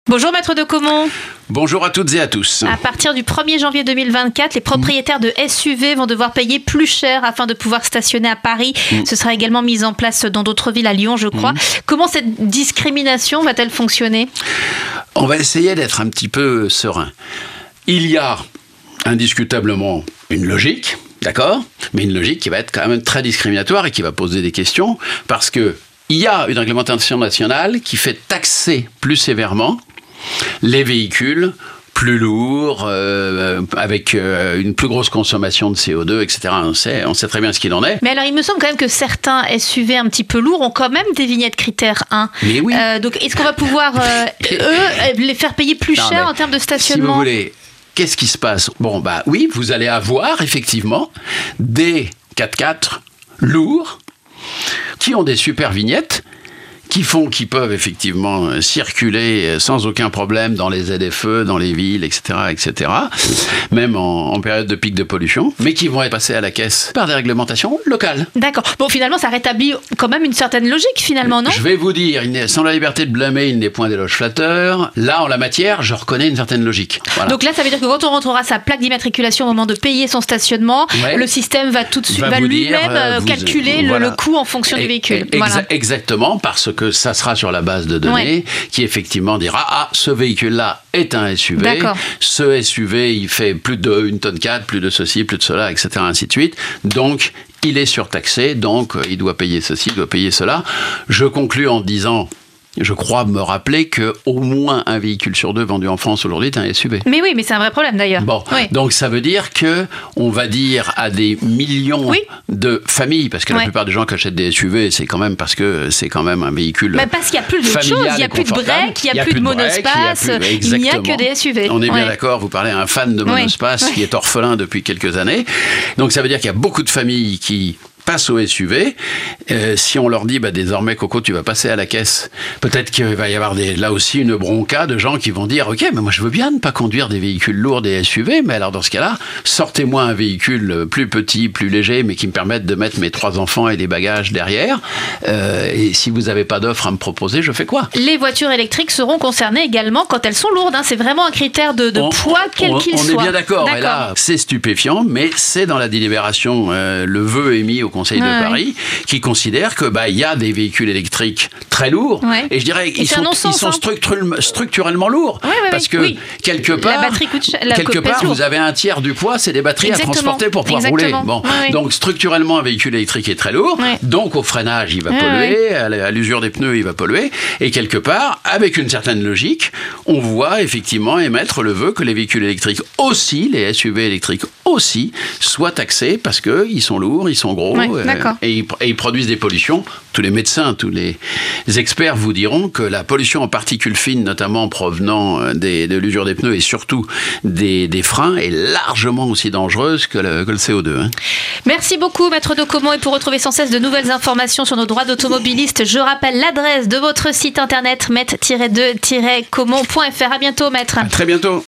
Bonjour Maître de Caumont. Bonjour à toutes et à tous. À partir du 1er janvier 2024, les propriétaires de SUV vont devoir payer plus cher afin de pouvoir stationner à Paris. Ce sera également mis en place dans d'autres villes, à Lyon je crois. Comment cette discrimination va-t-elle fonctionner ? On va essayer d'être un petit peu serein. Il y a indiscutablement une logique, d'accord ? Mais une logique qui va être quand même très discriminatoire et qui va poser des questions parce que il y a une réglementation nationale qui fait taxer plus sévèrement les véhicules plus lourds, avec une plus grosse consommation de CO2, etc. On sait très bien ce qu'il en est. Mais alors, il me semble quand même que certains SUV un petit peu lourds ont quand même des vignettes critères 1. Mais oui. Donc, est-ce qu'on va pouvoir, les faire payer plus cher en termes de stationnement ? Si vous voulez, qu'est-ce qui se passe ? Bon, oui, vous allez avoir effectivement des 4x4 lourds qui ont des super vignettes, qui peuvent effectivement circuler sans aucun problème dans les ZFE, dans les villes, etc., même en période de pic de pollution, mais qui vont être passés à la caisse par des réglementations locales. D'accord. Bon, finalement, ça rétablit quand même une certaine logique, finalement, non ? Je vais vous dire, sans la liberté de blâmer, il n'est point d'éloge flatteur. Là, en la matière, je reconnais une certaine logique. Voilà. Donc là, ça veut dire que quand on rentrera sa plaque d'immatriculation au moment de payer son stationnement, le système va tout de suite, va lui-même calculer le coût en fonction du véhicule. Exactement, parce que ça sera sur la base de données qui effectivement dira ce véhicule-là est un SUV. D'accord. Ce SUV, il fait plus de 1 tonne 4, plus de ceci, plus de cela, etc., ainsi de suite. Donc, il est surtaxé, donc il doit payer ceci, il doit payer cela. Je conclus en disant... Je crois me rappeler qu'au moins un véhicule sur 2 vendu en France aujourd'hui est un SUV. Mais oui, mais c'est un vrai problème d'ailleurs. Bon, donc ça veut dire qu'on va dire à des millions de familles, parce que la plupart des gens qui achètent des SUV, c'est quand même parce que c'est quand même un véhicule familial. Parce qu'il n'y a plus de choses, il n'y a plus de break, il n'y a plus de monospace, il n'y a que des SUV. On est bien d'accord, vous parlez à un fan de monospace qui est orphelin depuis quelques années. Donc ça veut dire qu'il y a beaucoup de familles qui passe au SUV. Si on leur dit désormais Coco tu vas passer à la caisse, peut-être qu'il va y avoir là aussi une bronca de gens qui vont dire ok mais moi je veux bien ne pas conduire des véhicules lourds, des SUV, mais alors dans ce cas-là sortez-moi un véhicule plus petit, plus léger, mais qui me permette de mettre mes 3 enfants et des bagages derrière, et si vous n'avez pas d'offre à me proposer, je fais quoi ? Les voitures électriques seront concernées également quand elles sont lourdes, c'est vraiment un critère de poids quel qu'il soit. On est bien d'accord, et là c'est stupéfiant, mais c'est dans la délibération, le vœu émis au Conseil de Paris, qui considère que il y a des véhicules électriques très lourds, et je dirais qu'ils sont structurellement lourds, parce que quelque part vous avez un tiers du poids, c'est des batteries à transporter pour pouvoir rouler. Donc structurellement un véhicule électrique est très lourd, donc au freinage il va polluer, à l'usure des pneus il va polluer, et quelque part avec une certaine logique, on voit effectivement émettre le vœu que les véhicules électriques aussi, les SUV électriques aussi, soient taxés parce qu'ils sont lourds, ils sont gros. Et ils produisent des pollutions. Tous les médecins, tous les experts vous diront que la pollution en particules fines, notamment provenant de l'usure des pneus et surtout des freins, est largement aussi dangereuse que le CO2. Merci beaucoup, Maître de Caumont. Et pour retrouver sans cesse de nouvelles informations sur nos droits d'automobilistes, je rappelle l'adresse de votre site internet, maître-2-caumont.fr. À bientôt, Maître. À très bientôt.